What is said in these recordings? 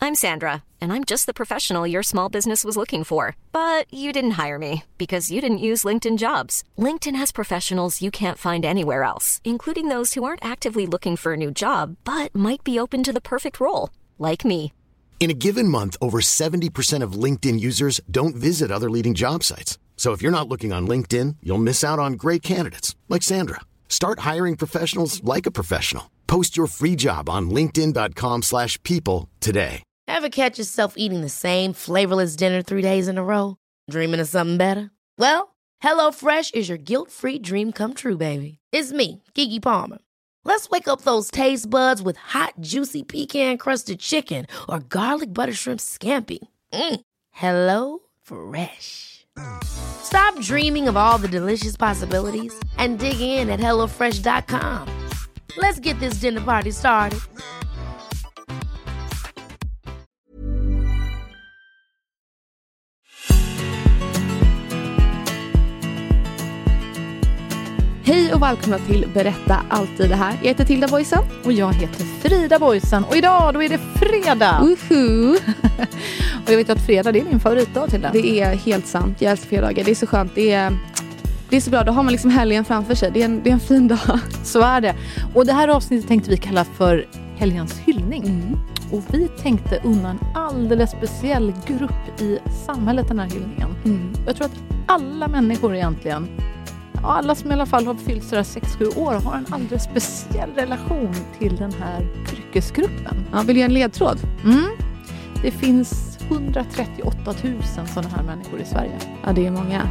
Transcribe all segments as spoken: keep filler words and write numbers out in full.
I'm Sandra, and I'm just the professional your small business was looking for. But you didn't hire me because you didn't use LinkedIn Jobs. LinkedIn has professionals you can't find anywhere else, including those who aren't actively looking for a new job, but might be open to the perfect role, like me. In a given month, over seventy percent of LinkedIn users don't visit other leading job sites. So if you're not looking on LinkedIn, you'll miss out on great candidates like Sandra. Start hiring professionals like a professional. Post your free job on linkedin dot com slash people today. Ever catch yourself eating the same flavorless dinner three days in a row? Dreaming of something better? Well, HelloFresh is your guilt-free dream come true, baby. It's me, Keke Palmer. Let's wake up those taste buds with hot, juicy pecan-crusted chicken or garlic butter shrimp scampi. Mm. Hello Fresh. Stop dreaming of all the delicious possibilities and dig in at hello fresh dot com. Let's get this dinner party started. Hej och välkomna till Berätta alltid det här. Jag heter Tilda Boysen. Och jag heter Frida Boysen. Och idag då är det fredag. Uhu. Och jag vet att fredag det är din favoritdag, Tilda. Det är helt sant. Jag älskar fredagar. Det är så skönt. Det är, det är så bra. Då har man liksom helgen framför sig. Det är, en, det är en fin dag. Så är det. Och det här avsnittet tänkte vi kalla för helgens hyllning. Mm. Och vi tänkte unna en alldeles speciell grupp i samhället den här hyllningen. Mm. Jag tror att alla människor egentligen, alla som i alla fall har fyllt sådär sex sju år, har en alldeles speciell relation till den här yrkesgruppen. Ja, vill jag en ledtråd? Mm. Det finns hundratrettioåtta tusen sådana här människor i Sverige. Ja, det är många.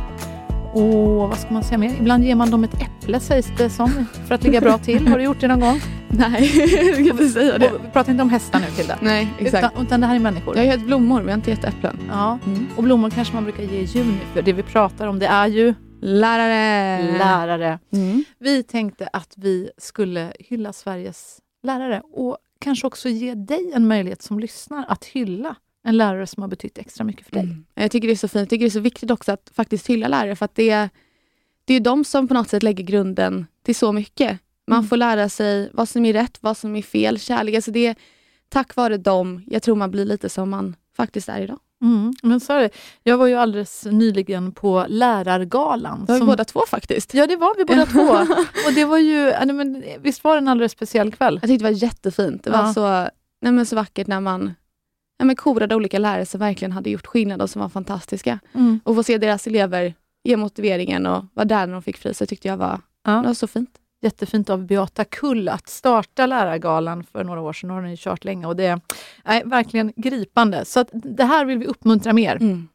Och vad ska man säga mer? Ibland ger man dem ett äpple, sägs det som, för att ligga bra till. Har du gjort det någon gång? Nej, jag kan inte säga det. Och, vi pratar inte om hästar nu, Tilda. Nej, exakt. Utan, utan det här är människor. Jag har gett blommor, men jag har inte gett äpplen. Ja, mm. Och blommor kanske man brukar ge i juni, för det vi pratar om det är ju lärare. Lärare. Mm. Vi tänkte att vi skulle hylla Sveriges lärare och kanske också ge dig en möjlighet som lyssnar att hylla en lärare som har betytt extra mycket för dig. Mm. Jag tycker det är så fint. Jag tycker det är så viktigt också att faktiskt hylla lärare, för att det är, det är de som på något sätt lägger grunden till så mycket. Man mm. får lära sig vad som är rätt, vad som är fel, kärlek. Alltså det är tack vare dem jag tror man blir lite som man faktiskt är idag. Mm, men så är det. Jag var ju alldeles nyligen på lärargalan. Det var som... vi båda två faktiskt. Ja, det var vi båda två. Och det var ju, men, visst var det en alldeles speciell kväll? Jag tyckte det var jättefint. Det ja. var så, nej men så vackert när man ja, men korade olika lärare som verkligen hade gjort skillnad och som var fantastiska. Mm. Och få se deras elever ge motiveringen och vara där när de fick pris, så tyckte jag var, ja. det var så fint. Jättefint av Beata Kull att starta lärargalan för några år sedan. Har den ju kört länge och det är nej, verkligen gripande. Så att det här vill vi uppmuntra mer. Mm.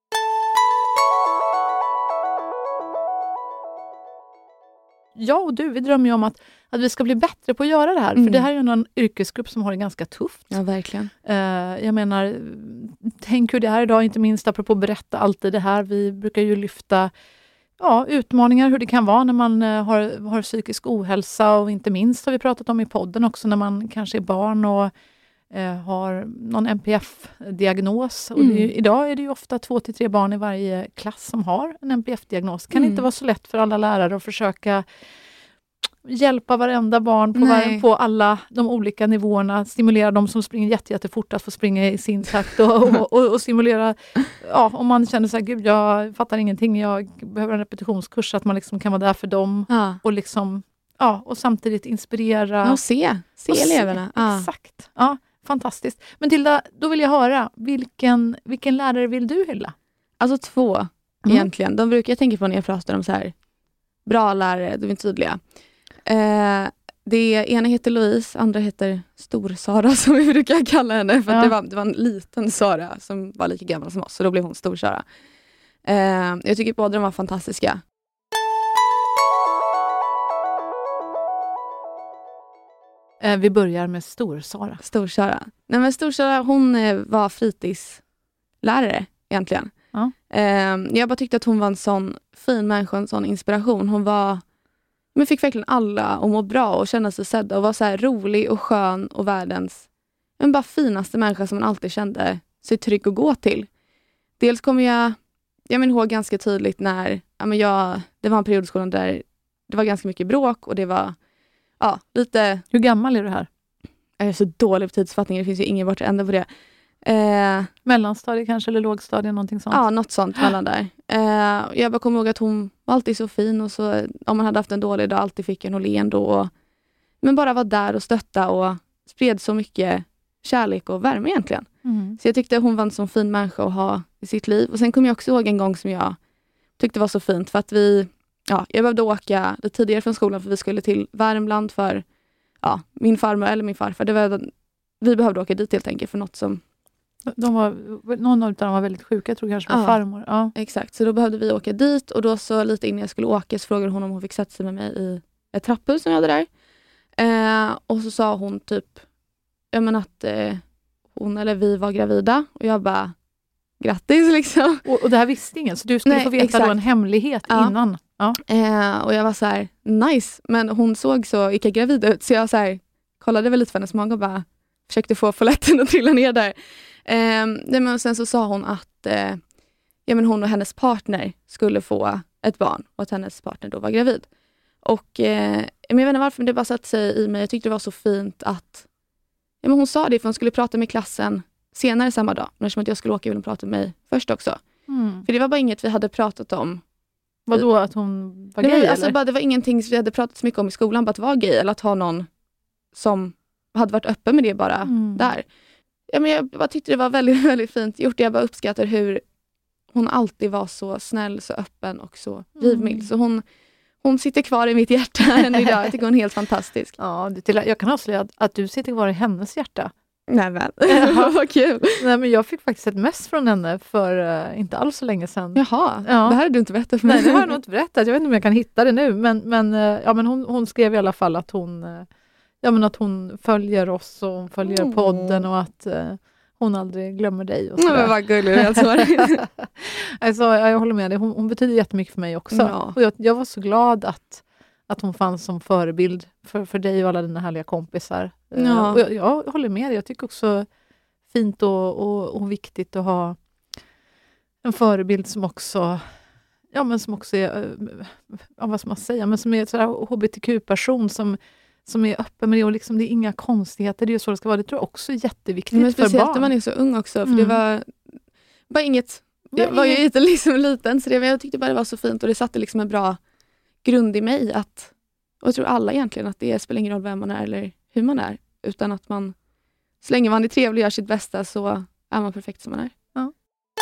Jag och du, vi drömmer ju om att, att vi ska bli bättre på att göra det här. Mm. För det här är ju en yrkesgrupp som har det ganska tufft. Ja, verkligen. Uh, jag menar, tänk hur det här idag, inte minst apropå berätta alltid det här. Vi brukar ju lyfta ja, utmaningar, hur det kan vara när man uh, har, har psykisk ohälsa, och inte minst har vi pratat om i podden också när man kanske är barn och uh, har någon N P F-diagnos. Mm. Och det är, idag är det ju ofta två till tre barn i varje klass som har en N P F-diagnos. Det kan mm. inte vara så lätt för alla lärare att försöka hjälpa varenda barn på, var, på alla de olika nivåerna, stimulera de som springer jätte, jättefort att få springa i sin takt och, och, och, och stimulera, ja, om man känner så här, gud jag fattar ingenting, jag behöver en repetitionskurs, att man liksom kan vara där för dem ja. och liksom, ja, och samtidigt inspirera. Ja, och se, se och eleverna. Se, ja. Exakt, ja, fantastiskt. Men Tilda, då vill jag höra, vilken, vilken lärare vill du hylla? Alltså två, mm. egentligen. De brukar jag tänka på när jag pratar om så här, bra lärare, de är tydliga. Eh, det ena heter Louise, andra heter Stor-Sara som vi brukar kalla henne, för ja. att det, var, det var en liten Sara som var lika gammal som oss, så då blev hon Stor-Sara. Eh, jag tycker båda de var fantastiska. Eh, vi börjar med Stor-Sara. Stor-Sara. Nej, men Stor-Sara, hon eh, var fritidslärare egentligen. Ja. Eh, jag bara tyckte att hon var en sån fin människa, en sån inspiration. Hon var Men fick verkligen alla att må bra och känna sig sedda och var så här rolig och skön och världens men bara finaste människa som man alltid kände sig trygg att gå till. Dels kommer jag jag minns ihåg ganska tydligt när ja, men jag, det var en period i skolan där det var ganska mycket bråk och det var ja, lite... Hur gammal är du här? Jag är så dålig på tidsfattning, det finns ju ingen vart ända på det. Eh, Mellanstadie kanske, eller lågstadie, någonting sånt. Ja, något sånt mellan där. Eh, jag bara kommer ihåg att hon var alltid så fin och så om man hade haft en dålig dag alltid fick en att le ändå. Och, men bara var där och stötta och spred så mycket kärlek och värme egentligen. Mm. Så jag tyckte hon var en så fin människa att ha i sitt liv. Och sen kommer jag också ihåg en gång som jag tyckte var så fint för att vi, ja, jag behövde åka lite tidigare från skolan för vi skulle till Värmland för ja, min farmor eller min farfar. Det var, vi behövde åka dit helt enkelt för något som De var, någon av dem var väldigt sjuka, jag tror kanske med ja, farmor. Ja. Exakt, så då behövde vi åka dit och då så lite innan jag skulle åka så frågade hon om hon fick sätta sig med mig i ett trapphus som jag hade där. Eh, och så sa hon typ jag menar att eh, hon eller vi var gravida och jag bara grattis liksom. Och, och det här visste ingen, så du skulle Nej, få veta exakt. då en hemlighet Ja. innan. Ja. Eh, och jag var så här nice, men hon såg så icke gravid ut så jag så här, kollade väl lite för hennes mage och bara försökte få folletten att trilla ner där. Eh, men sen så sa hon att eh, ja, men hon och hennes partner skulle få ett barn och att hennes partner då var gravid. Och eh, men jag vet inte varför, men det bara satt sig i mig. Jag tyckte det var så fint att ja, men hon sa det för hon skulle prata med klassen senare samma dag. Men eftersom att jag skulle åka ville hon prata med mig först också. Mm. För det var bara inget vi hade pratat om. Vadå, att hon var Nej, gay men, alltså, eller? bara, det var ingenting som vi hade pratat så mycket om i skolan. Bara att vara gay eller att ha någon som hade varit öppen med det bara Mm. där. Ja, men jag bara tyckte det var väldigt, väldigt fint gjort. Jag bara uppskattar hur hon alltid var så snäll, så öppen och så givmild. Mm. Så hon, hon sitter kvar i mitt hjärta än idag. Jag tycker hon är helt fantastisk. Ja, det till, jag kan avslöja att, att du sitter kvar i hennes hjärta. Nej men, Ja. vad kul. Nej, men jag fick faktiskt ett mess från henne för uh, inte alls så länge sedan. Jaha, Ja. det här har du inte berättat för mig. Nej, det har jag nog inte berättat. Jag vet inte om jag kan hitta det nu. Men, men, uh, ja, men hon, hon skrev i alla fall att hon, uh, ja, men att hon följer oss och hon följer Mm. podden och att uh, hon aldrig glömmer dig. Och Nej, sådär. men vad gullig du är, alltså. Alltså, jag håller med dig. Hon, hon betyder jättemycket för mig också. Ja. Och jag, jag var så glad att, att hon fanns som förebild för, för dig och alla dina härliga kompisar. Eh, Ja. Och jag, jag håller med dig. Jag tycker också fint och, och, och viktigt att ha en förebild som också, ja, men som också är, eh, ja, vad ska man säga, men som är sådär H B T Q-person som, som är öppen med det och liksom, det är inga konstigheter. Det är ju så det ska vara. Det tror jag också är jätteviktigt Men för speciellt barn. när man är så ung också. För Mm. det var bara inget. Nej, Jag var ju inget- inte liksom liten så det, men jag tyckte bara det var så fint och det satte liksom en bra grund i mig att, och jag tror alla egentligen att det spelar ingen roll vem man är eller hur man är, utan att man så länge man är trevlig och gör sitt bästa så är man perfekt som man är. Ja.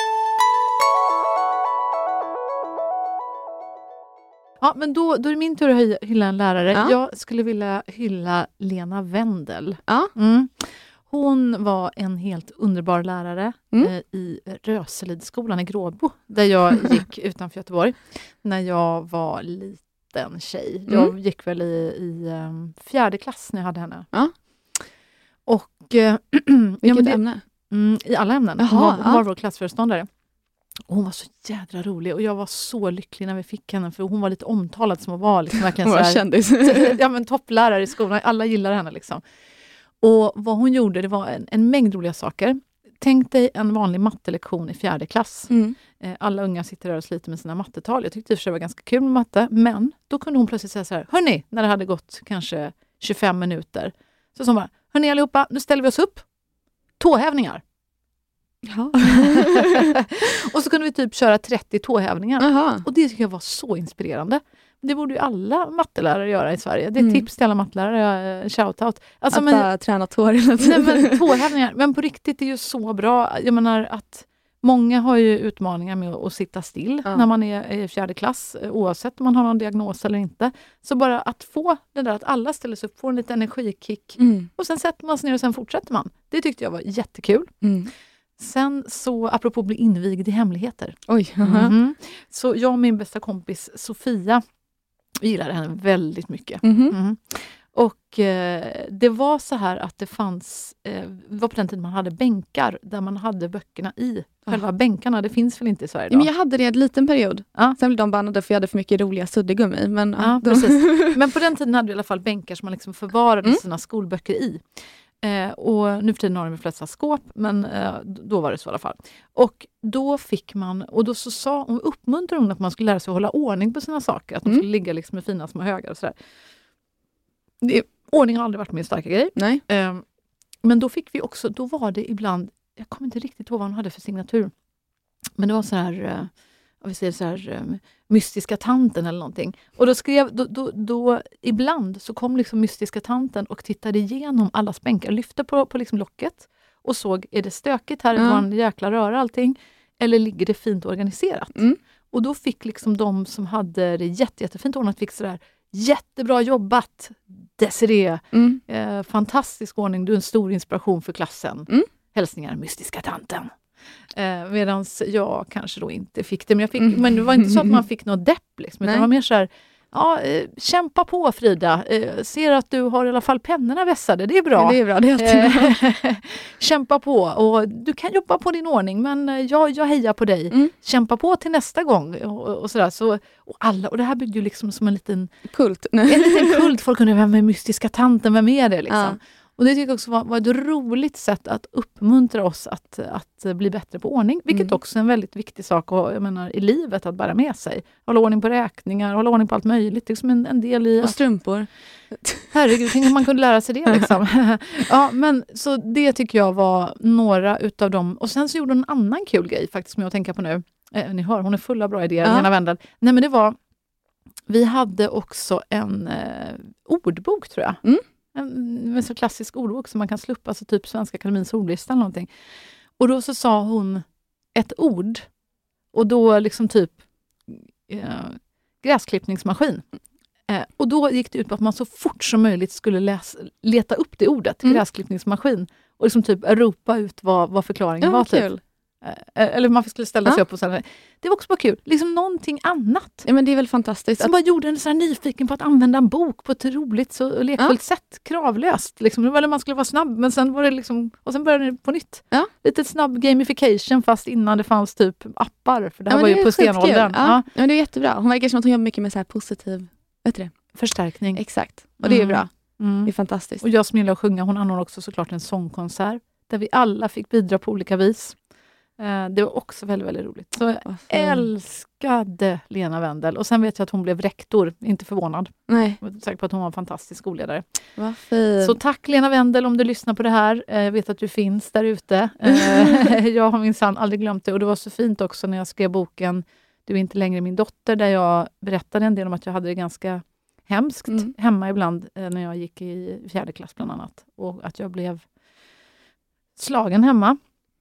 Ja, men då, då är det min tur att hy- hylla en lärare. Ja. Jag skulle vilja hylla Lena Wendel. Ja. Mm. Hon var en helt underbar lärare Mm. eh, i Röselidsskolan i Gråbo, där jag gick utanför Göteborg när jag var liten tjej. Jag Mm. gick väl i, i um, fjärde klass när jag hade henne. Ja. Och eh, ja, Vilket men det, ämne? mm, i alla ämnen. Hon Jaha, var, hon ja. var vår klassföreståndare. Och hon var så jädra rolig och jag var så lycklig när vi fick henne, för hon var lite omtalad som att vara liksom, verkligen Hon var så här- kändis. ja, men topplärare i skolan. Alla gillar henne liksom. Och vad hon gjorde, det var en, en mängd roliga saker. Tänk dig en vanlig mattelektion i fjärde klass. Mm. Eh, alla unga sitter där och sliter med sina mattetal. Jag tyckte i och för sig det var ganska kul med matte. Men då kunde hon plötsligt säga så här: hörni, när det hade gått kanske tjugofem minuter. Så sa hon bara: hörni allihopa, nu ställer vi oss upp. Tåhävningar. Ja. Och så kunde vi typ köra trettio tåhävningar. Jaha. Och det tycker jag var så inspirerande. Det borde ju alla mattelärare göra i Sverige. Det är Mm. tips till alla mattelärare. eh, Shoutout. Alltså, Att men, bara träna tår hela nej, tiden. men tåhävningar. Men på riktigt, det är ju så bra. Jag menar att många har ju utmaningar med att, att sitta still Ja. när man är i fjärde klass. eh, Oavsett om man har någon diagnos eller inte. Så bara att få det där att alla ställer sig upp, får en liten energikick. Mm. Och sen sätter man sig ner och sen fortsätter man. Det tyckte jag var jättekul. Mm. Sen så, apropå bli invigd i hemligheter. Oj. Mhm. Så jag och min bästa kompis Sofia, vi gillade henne väldigt mycket. Mhm. Mhm. Och eh, det var så här att det fanns, eh, det var på den tiden man hade bänkar där man hade böckerna i. Själva bänkarna, det finns väl inte i Sverige Ja, idag? men jag hade det en liten period. Ja. Sen blev de bannade för jag hade för mycket roliga suddgummi. Men, Ja, de- precis. Men på den tiden hade vi i alla fall bänkar som man liksom förvarade Mm. sina skolböcker i. Eh, och nu för tiden har de de flesta skåp, men eh, då var det så i alla fall. Och då fick man, och då så sa och uppmuntrade hon att man skulle lära sig att hålla ordning på sina saker. Att de Mm. skulle ligga liksom i fina små högar och sådär. Det, ordning har aldrig varit min starka grej. Nej. Eh, men då fick vi också, då var det ibland jag kommer inte riktigt ihåg vad hon hade för signatur. Men det var så här, uh, jag vill säga så här um, mystiska tanten eller någonting. Och då skrev, då, då, då ibland så kom liksom mystiska tanten och tittade igenom alla spänkar, lyfte på, på liksom locket och såg, är det stökigt här, mm. var en jäkla röra allting, eller ligger det fint organiserat? Mm. Och då fick liksom de som hade det jätte, jättefint ordnat, fick sådär, jättebra jobbat, Desiree. Mm. Eh, fantastisk ordning, du är en stor inspiration för klassen. Mm. Hälsningar, mystiska tanten. Eh, Medan jag kanske då inte fick det. Men, jag fick, mm. men det var inte så att man fick något depp. Liksom, utan det var mer så här, ja, eh, kämpa på Frida. Eh, ser att du har i alla fall pennorna vässade. Det är bra. Ja, det är bra, det är bra. Kämpa på. Och du kan jobba på din ordning, men jag, jag hejar på dig. Mm. Kämpa på till nästa gång. Och, och, sådär. Så, och, alla, och det här byggde ju liksom som en liten kult. En liten kult. Folk kunde, vem är mystiska tanten? Vem är det? Liksom. Ja. Och det tycker jag också var, var ett roligt sätt att uppmuntra oss att, att bli bättre på ordning. Vilket mm. också är en väldigt viktig sak och, jag menar, i livet att bära med sig. Hålla ordning på räkningar, hålla ordning på allt möjligt. Det är liksom en, en del i... Och strumpor. Herregud, tänk om man kunde lära sig det. Liksom. Ja, men, så det tycker jag var några utav dem. Och sen så gjorde hon en annan kul grej faktiskt som jag tänker på nu. Eh, ni hör, hon är full av bra idéer, Lena Wendel. Nej, men det var... Vi hade också en eh, ordbok, tror jag. Mm. En, en så klassisk ordbok som man kan sluppa, alltså typ Svenska Akademins ordlista eller någonting. Och då så sa hon ett ord. Och då liksom typ eh, gräsklippningsmaskin. Eh, och då gick det ut på att man så fort som möjligt skulle läsa, leta upp det ordet, mm. gräsklippningsmaskin. Och liksom typ ropa ut vad, vad förklaringen ja, var. Kul. Typ. Eller man skulle ställa sig ja. upp och säga, det var också bara kul. Liksom någonting annat. Ja, men det är väl fantastiskt. Som att... bara gjorde en så här nyfiken på att använda en bok på ett roligt så lekfullt ja. sätt. Kravlöst. Liksom. Eller man skulle vara snabb, men sen var det liksom, och sen började det på nytt. Ja. Lite snabb gamification fast innan det fanns typ appar. För det här ja, var ju på stenåldern. Ja. Ja. Ja, det är jättebra. Hon verkar som att hon jobbar mycket med så här positiv, vet du det? Förstärkning. Exakt. Och det är mm. bra. Mm. Det är fantastiskt. Och jag som gillar att sjunga, hon anordnade också såklart en sångkonsert. Där vi alla fick bidra på olika vis. Det var också väldigt, väldigt roligt. Så jag älskade Lena Wendel. Och sen vet jag att hon blev rektor. Inte förvånad. Nej. Jag är säker på att hon var en fantastisk skolledare. Vad fint. Så tack Lena Wendel om du lyssnar på det här. Jag vet att du finns där ute. Jag har minsann aldrig glömt det. Och det var så fint också när jag skrev boken Du är inte längre min dotter. Där jag berättade en del om att jag hade det ganska hemskt mm. hemma ibland. När jag gick i fjärde klass bland annat. Och att jag blev slagen hemma.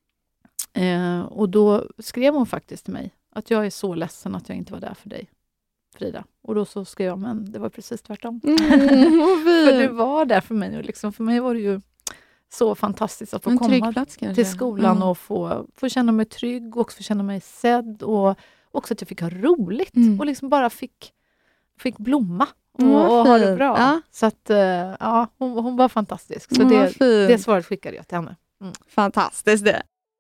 Eh, och då skrev hon faktiskt till mig att jag är så ledsen att jag inte var där för dig, Frida. Och då så skrev jag, men det var precis tvärtom. Mm, för du var där för mig. Och liksom, för mig var det ju så fantastiskt att få en komma plats, till skolan mm. och få, få känna mig trygg och också få känna mig sedd. Och också att jag fick ha roligt mm. och liksom bara fick, fick blomma och, mm, och ha det bra. Ja. Så att, ja, hon, hon var fantastisk. Så mm, det, det svaret skickade jag till henne. Mm. Fantastiskt det.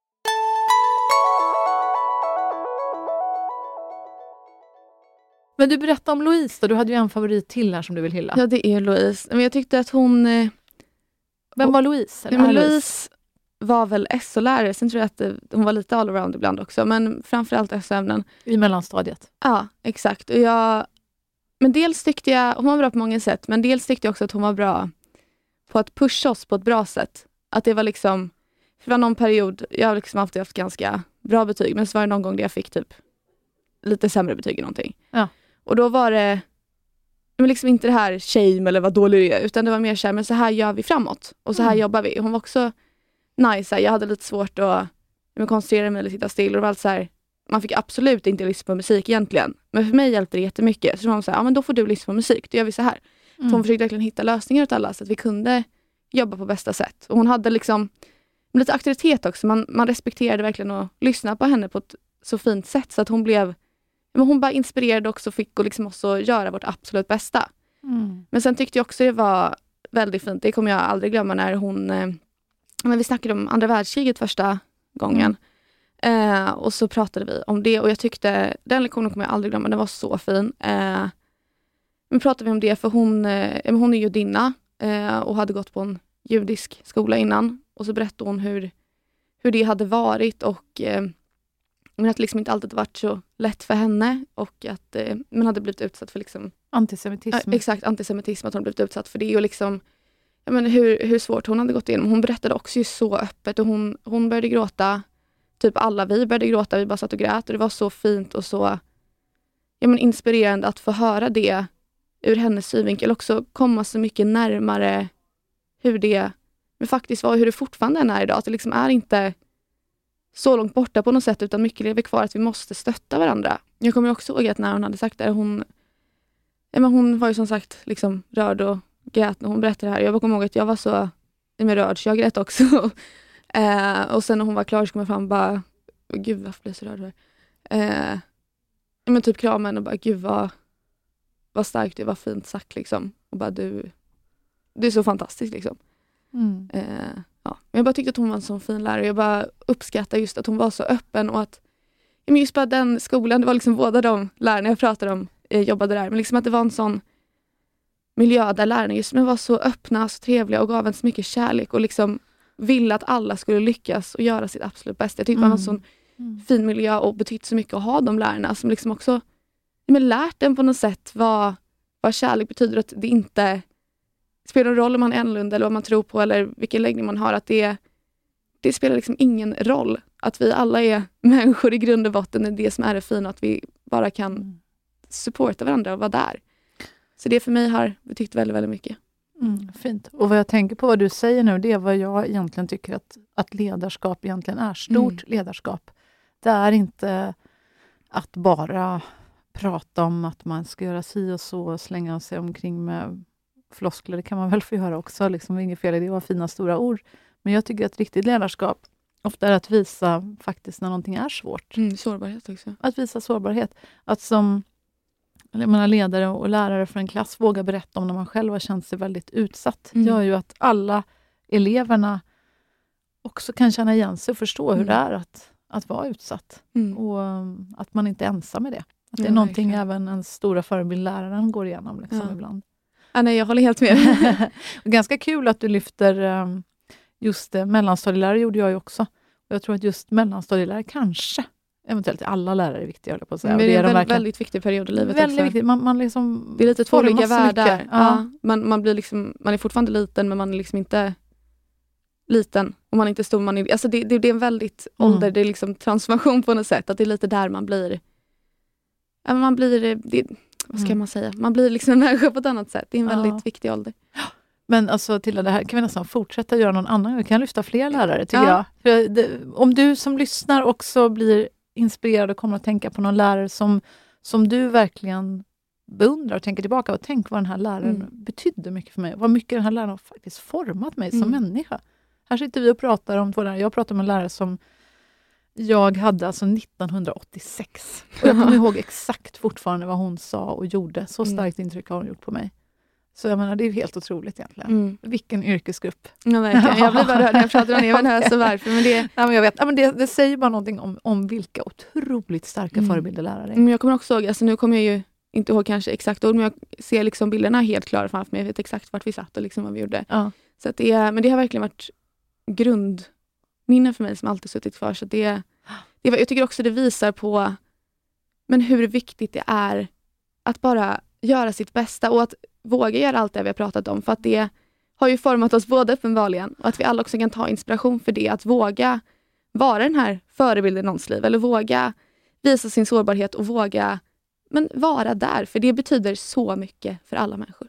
Men du berättade om Louise då. Du hade ju en favorit till här som du vill hylla. Ja, det är Louise. Men jag tyckte att hon... Eh, Vem var Louise? Eller men Louise? Louise var väl S O-lärare. Sen tror jag att det, hon var lite all around ibland också. Men framförallt S O-ämnen. I mellanstadiet? Ja, exakt. Och jag, men dels tyckte jag... Hon var bra på många sätt. Men dels tyckte jag också att hon var bra på att pusha oss på ett bra sätt. Att det var liksom... För det var någon period... Jag har liksom alltid haft ganska bra betyg. Men så var det någon gång där jag fick typ lite sämre betyg eller någonting. Ja. Och då var det men liksom inte det här shame eller vad dålig det är, utan det var mer så här, men så här gör vi framåt. Och så här mm. jobbar vi. Hon var också nice. Jag hade lite svårt att men, koncentrera mig eller sitta still. Och det var allt så här, man fick absolut inte lyssna på musik egentligen. Men för mig hjälpte det jättemycket. Så hon sa, ja men då får du lyssna på musik. Då gör vi så här. Mm. Så hon försökte verkligen hitta lösningar åt alla så att vi kunde jobba på bästa sätt. Och hon hade liksom lite auktoritet också. Man, man respekterade verkligen att lyssna på henne på ett så fint sätt. Så att hon blev Men hon bara inspirerade också och fick och liksom också göra vårt absolut bästa. Mm. Men sen tyckte jag också det var väldigt fint. Det kommer jag aldrig glömma när hon... Eh, men vi snackade om andra världskriget första gången. Mm. Eh, och så pratade vi om det. Och jag tyckte... Den lektionen kommer jag aldrig glömma. Den var så fin. Eh, men pratade vi om det för hon, eh, hon är judinna. Eh, och hade gått på en judisk skola innan. Och så berättade hon hur, hur det hade varit. Och... Eh, Men att det liksom inte alltid varit så lätt för henne. Och att eh, man hade blivit utsatt för liksom... Antisemitism. Äh, exakt, antisemitism. Att hon blivit utsatt för det. Och liksom... jag menar, hur, hur svårt hon hade gått igenom. Hon berättade också ju så öppet och hon, hon började gråta. Typ alla vi började gråta, vi bara satt och grät och det var så fint och så ja, men inspirerande att få höra det ur hennes synvinkel. Också komma så mycket närmare hur det men faktiskt var, hur det fortfarande är idag. Att det liksom är inte så långt borta på något sätt utan mycket lever kvar att vi måste stötta varandra. Jag kommer också ihåg att när hon hade sagt det, hon, ja, men hon var ju som sagt liksom rörd och grät när hon berättade det här. Jag kommer ihåg att jag var så med rörd så jag grät också. eh, och sen när hon var klar så kom jag fram och bara, gud varför blir jag så rörd här? Eh, men typ kramen och bara, gud vad, vad starkt det var, fint sagt liksom. Och bara du, du är så fantastisk liksom. Mm. Eh, ja. Jag bara tyckte att hon var en sån fin lärare. Jag bara uppskattar just att hon var så öppen och att men just bara den skolan, det var liksom båda de lärarna jag pratade om eh, jobbade där. Men liksom att det var en sån miljö där lärarna just men var så öppna, så trevliga och gav en så mycket kärlek och liksom ville att alla skulle lyckas och göra sitt absolut bästa. Jag tyckte mm. det var en sån mm. fin miljö och betytt så mycket att ha de lärarna som liksom också men lärt en på något sätt vad, vad kärlek betyder, att det inte spelar roll om man är annorlunda eller vad man tror på eller vilken läggning man har, att det, det spelar liksom ingen roll. Att vi alla är människor i grund och botten, det är det som är det fina, att vi bara kan supporta varandra och vara där. Så det för mig har betytt väldigt, väldigt mycket. Mm, fint. Och vad jag tänker på vad du säger nu, det är vad jag egentligen tycker att, att ledarskap egentligen är. Stort mm. ledarskap. Det är inte att bara prata om att man ska göra si och så och slänga sig omkring med floskler. Det kan man väl få göra också. Liksom, inget fel i det var fina stora ord. Men jag tycker att riktigt ledarskap ofta är att visa faktiskt när någonting är svårt. Mm, sårbarhet också. Att visa sårbarhet. Att som jag menar, ledare och lärare för en klass vågar berätta om när man själv har känt sig väldigt utsatt. Mm. gör ju att alla eleverna också kan känna igen sig och förstå mm. hur det är att, att vara utsatt. Mm. Och um, att man inte är ensam med det. Att det ja, är någonting verkligen. Även en stora förebild läraren går igenom liksom, ja. ibland. Ja, nej, jag håller helt med. Ganska kul att du lyfter um, just uh, mellanstadielärare gjorde jag ju också. Och jag tror att just mellanstadielärare kanske, eventuellt alla lärare är viktiga, på att säga. Men det är, det är en väldigt, verkligen, väldigt viktig period i livet väldigt också. Viktigt. Man, man liksom det är lite två olika världar. Ja. Ja, man, man, blir liksom, man är fortfarande liten men man är liksom inte liten. Och man är inte stor. Man är, alltså det, det, det är en väldigt mm. ålder, det är liksom transformation på något sätt. Att det är lite där man blir, ja, man blir det, vad ska mm. man säga? Man blir liksom en människa på ett annat sätt. Det är en väldigt ja. viktig ålder. Men alltså till det här kan vi nästan fortsätta göra någon annan. Vi kan lyfta fler lärare tycker ja. jag. För det, om du som lyssnar också blir inspirerad och kommer att tänka på någon lärare som, som du verkligen beundrar och tänker tillbaka och tänk vad den här läraren mm. betydde mycket för mig. Vad mycket den här läraren har faktiskt format mig mm. som människa. Här sitter vi och pratar om två lärare. Jag pratar om en lärare som jag hade alltså nittonhundraåttiosex. Och jag kommer ihåg exakt fortfarande vad hon sa och gjorde. Så starkt mm. intryck har hon gjort på mig. Så jag menar, det är helt otroligt egentligen. Mm. Vilken yrkesgrupp. Ja, verkligen. Jag blir bara rörd när jag pratar om det. Jag vet inte så varför. Men det... Nej, men jag vet. Ja, men det, det säger bara någonting om, om vilka otroligt starka mm. förebilder lärare är. Men jag kommer också ihåg, alltså nu kommer jag ju inte ihåg kanske exakt ord, men jag ser liksom bilderna helt klara framför mig. Jag vet exakt vart vi satt och liksom vad vi gjorde. Ja. Så att det, men det har verkligen varit grundminnen för mig som alltid suttit kvar. Så det, det, jag tycker också det visar på men hur viktigt det är att bara göra sitt bästa och att våga göra allt det vi har pratat om, för att det har ju format oss både uppenbarligen och att vi alla också kan ta inspiration för det, att våga vara den här förebilden i någons liv eller våga visa sin sårbarhet och våga men vara där, för det betyder så mycket för alla människor.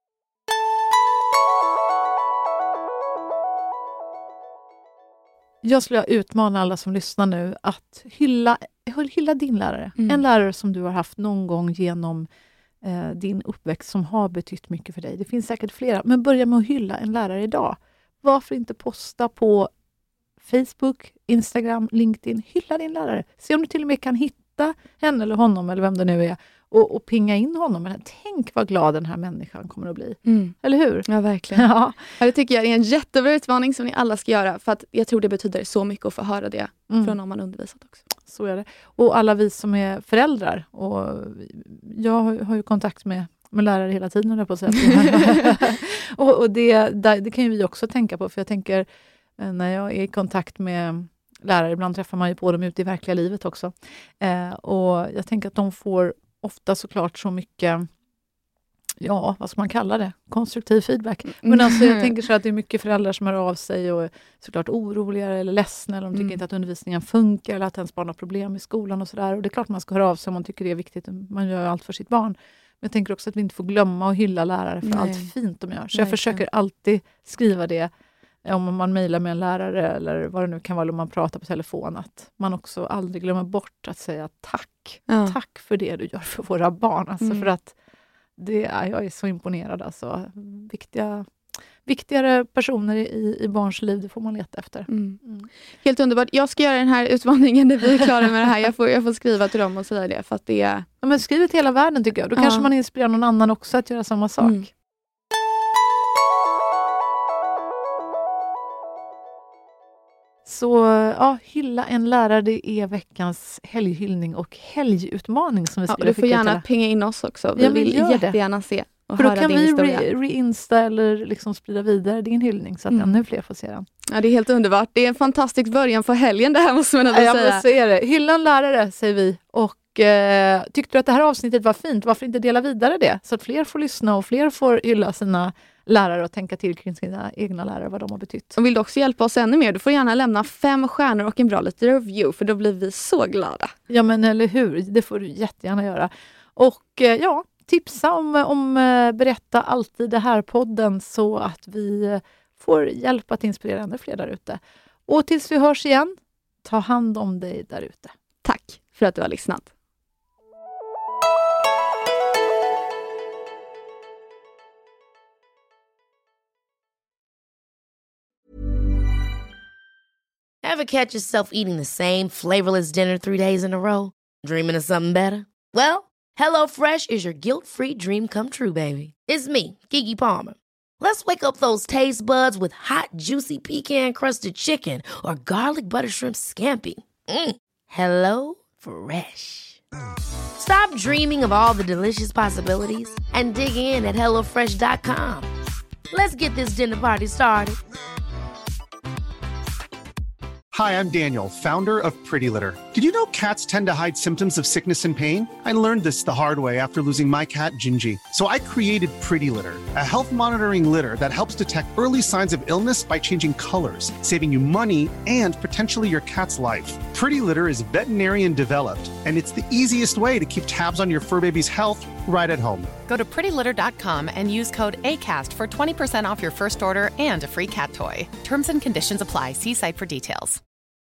Jag skulle utmana alla som lyssnar nu att hylla, hylla din lärare. Mm. En lärare som du har haft någon gång genom eh, din uppväxt som har betytt mycket för dig. Det finns säkert flera, men börja med att hylla en lärare idag. Varför inte posta på Facebook, Instagram, LinkedIn? Hylla din lärare. Se om du till och med kan hitta henne eller honom eller vem det nu är och, och pinga in honom. Men tänk vad glad den här människan kommer att bli. Mm. Eller hur? Ja, verkligen. Ja. Ja, det tycker jag är en jättebra utmaning som ni alla ska göra. För att jag tror det betyder så mycket att få höra det mm. från någon man undervisat också. Så är det. Och alla vi som är föräldrar. Och jag har, har ju kontakt med, med lärare hela tiden. På sätt. och och det, det kan ju vi också tänka på. För jag tänker när jag är i kontakt med lärare, ibland träffar man ju på dem ute i verkliga livet också. Eh, och jag tänker att de får ofta såklart så mycket Ja, vad ska man kalla det? Konstruktiv feedback. Men alltså, jag tänker så att det är mycket föräldrar som hör av sig och är såklart oroliga eller ledsna, eller de tycker mm. inte att undervisningen funkar eller att ens barn har problem i skolan och sådär. Och det är klart man ska höra av sig om man tycker det är viktigt. Man gör allt för sitt barn. Men jag tänker också att vi inte får glömma att hylla lärare för Nej. allt fint de gör. Så Nej, jag försöker kan. alltid skriva det om man mejlar med en lärare eller vad det nu kan vara, om man pratar på telefon, att man också aldrig glömmer bort att säga tack. Ja. Tack för det du gör för våra barn. Alltså mm. för att det är, jag är så imponerad. Alltså. Viktiga, viktigare personer i, i barns liv, det får man leta efter. Mm. Mm. Helt underbart. Jag ska göra den här utmaningen där vi är klara med det här. Jag får, jag får skriva till dem och säga det. För att det är... ja, men skriv till hela världen tycker jag. Då ja. kanske man inspirerar någon annan också att göra samma sak. Mm. Så ja, hylla en lärare, det är veckans helghyllning och helgutmaning som vi ja, skulle du får gärna till. pinga in oss också. Vi ja, vill jättegärna det. se och För höra då kan din vi historia. Re- reinsta eller liksom sprida vidare din hyllning så att mm. ännu fler får se den. Ja, det är helt underbart. Det är en fantastisk början på helgen det här, måste man ändå ja, säga. Ja, så är det. Hylla en lärare, säger vi. Och eh, tyckte du att det här avsnittet var fint? Varför inte dela vidare det? Så att fler får lyssna och fler får hylla sina lärare och tänka till kring sina egna lärare, vad de har betytt. Och vill du också hjälpa oss ännu mer, du får gärna lämna fem stjärnor och en bra lite review, för då blir vi så glada. Ja, men eller hur? Det får du jättegärna göra. Och eh, ja, tipsa om, om eh, Berätta alltid det här podden så att vi eh, får hjälp att inspirera ännu fler där ute. Och tills vi hörs igen, ta hand om dig där ute. Tack för att du har lyssnat. Ever catch yourself eating the same flavorless dinner three days in a row? Dreaming of something better? Well, HelloFresh is your guilt-free dream come true, baby. It's me, Keke Palmer. Let's wake up those taste buds with hot, juicy pecan-crusted chicken or garlic butter shrimp scampi. Mm. Hello Fresh. Stop dreaming of all the delicious possibilities and dig in at hello fresh dot com. Let's get this dinner party started. Hi, I'm Daniel, founder of Pretty Litter. Did you know cats tend to hide symptoms of sickness and pain? I learned this the hard way after losing my cat, Gingy. So I created Pretty Litter, a health monitoring litter that helps detect early signs of illness by changing colors, saving you money and potentially your cat's life. Pretty Litter is veterinarian developed, and it's the easiest way to keep tabs on your fur baby's health right at home. Go to pretty litter dot com and use code ACAST for twenty percent off your first order and a free cat toy. Terms and conditions apply. See site for details.